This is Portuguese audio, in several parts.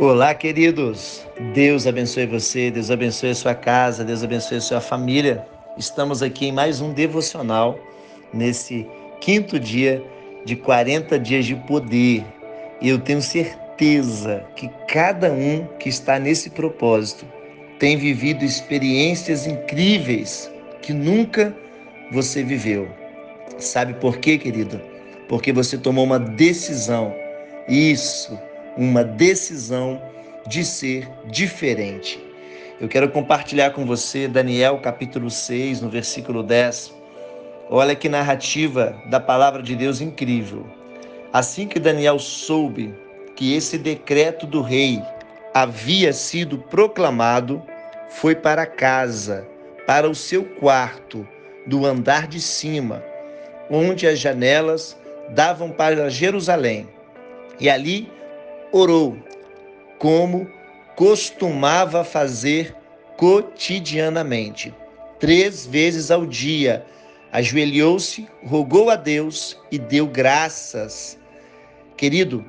Olá, queridos. Deus abençoe você, Deus abençoe a sua casa, Deus abençoe a sua família. Estamos aqui em mais um devocional, nesse quinto dia de 40 dias de poder. E eu tenho certeza que cada um que está nesse propósito tem vivido experiências incríveis que nunca você viveu. Sabe por quê, querido? Porque você tomou uma decisão. Isso, uma decisão de ser diferente. Eu quero compartilhar com você Daniel capítulo 6, no versículo 10. Olha que narrativa da palavra de Deus incrível. Assim que Daniel soube que esse decreto do rei havia sido proclamado, foi para casa, para o seu quarto, do andar de cima, onde as janelas davam para Jerusalém. E ali orou, como costumava fazer cotidianamente. 3 vezes ao dia, ajoelhou-se, rogou a Deus e deu graças. Querido,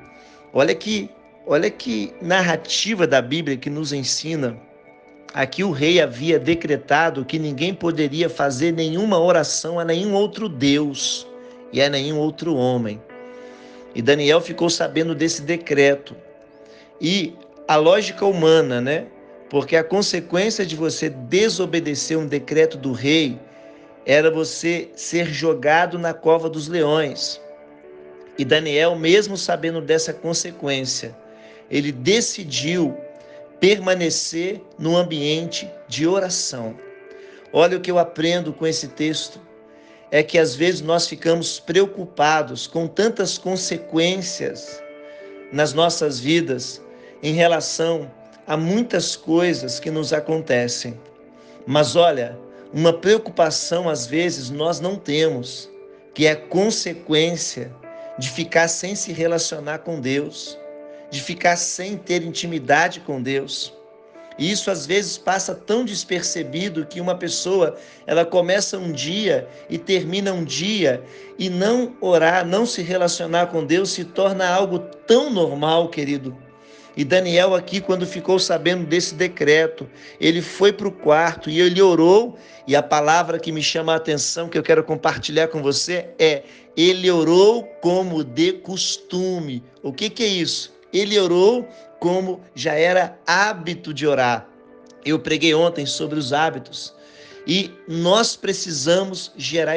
olha que narrativa da Bíblia que nos ensina. Aqui o rei havia decretado que ninguém poderia fazer nenhuma oração a nenhum outro Deus e a nenhum outro homem. E Daniel ficou sabendo desse decreto. E a lógica humana, né? Porque a consequência de você desobedecer um decreto do rei era você ser jogado na cova dos leões. E Daniel, mesmo sabendo dessa consequência, ele decidiu permanecer no ambiente de oração. Olha o que eu aprendo com esse texto, é que às vezes nós ficamos preocupados com tantas consequências nas nossas vidas em relação a muitas coisas que nos acontecem. Mas olha, uma preocupação às vezes nós não temos, que é a consequência de ficar sem se relacionar com Deus, de ficar sem ter intimidade com Deus. E isso às vezes passa tão despercebido que uma pessoa, ela começa um dia e termina um dia e não orar, não se relacionar com Deus se torna algo tão normal, querido. E Daniel aqui, quando ficou sabendo desse decreto, ele foi para o quarto e ele orou, e a palavra que me chama a atenção, que eu quero compartilhar com você é: ele orou como de costume. O que é isso? Ele orou como já era hábito de orar. Eu preguei ontem sobre os hábitos e nós precisamos gerar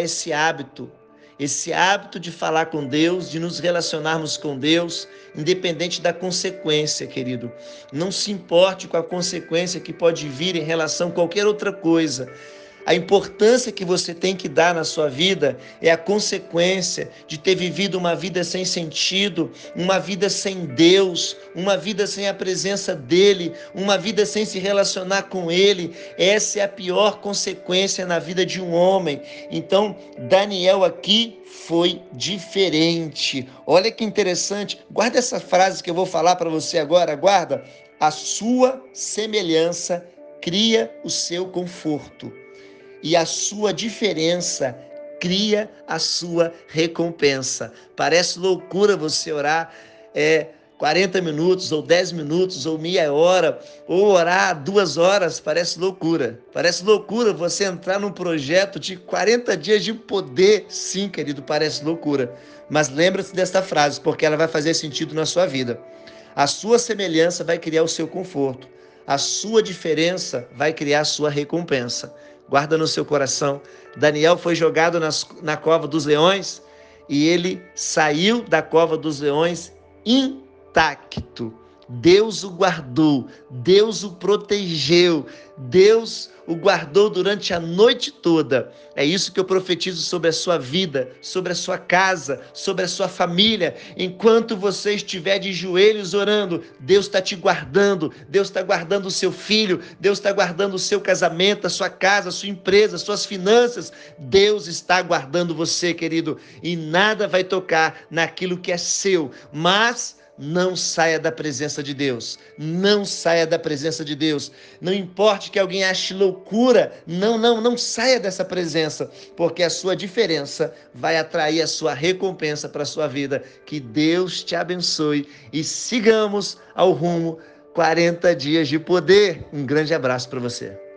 esse hábito de falar com Deus, de nos relacionarmos com Deus, independente da consequência, querido. Não se importe com a consequência que pode vir em relação a qualquer outra coisa. A importância que você tem que dar na sua vida é a consequência de ter vivido uma vida sem sentido, uma vida sem Deus, uma vida sem a presença dEle, uma vida sem se relacionar com Ele. Essa é a pior consequência na vida de um homem. Então, Daniel aqui foi diferente. Olha que interessante. Guarda essa frase que eu vou falar para você agora, guarda. A sua semelhança cria o seu conforto. E a sua diferença cria a sua recompensa. Parece loucura você orar 40 minutos, ou 10 minutos, ou meia hora, ou orar 2 horas, parece loucura. Parece loucura você entrar num projeto de 40 dias de poder. Sim, querido, parece loucura. Mas lembra-se dessa frase, porque ela vai fazer sentido na sua vida. A sua semelhança vai criar o seu conforto. A sua diferença vai criar a sua recompensa. Guarda no seu coração. Daniel foi jogado na cova dos leões e ele saiu da cova dos leões intacto. Deus o guardou, Deus o protegeu, Deus o guardou durante a noite toda. É isso que eu profetizo sobre a sua vida, sobre a sua casa, sobre a sua família. Enquanto você estiver de joelhos orando, Deus está te guardando, Deus está guardando o seu filho, Deus está guardando o seu casamento, a sua casa, a sua empresa, as suas finanças. Deus está guardando você, querido, e nada vai tocar naquilo que é seu, mas não saia da presença de Deus. Não saia da presença de Deus. Não importe que alguém ache loucura. Não saia dessa presença, porque a sua diferença vai atrair a sua recompensa para a sua vida. Que Deus te abençoe e sigamos ao rumo 40 dias de poder. Um grande abraço para você.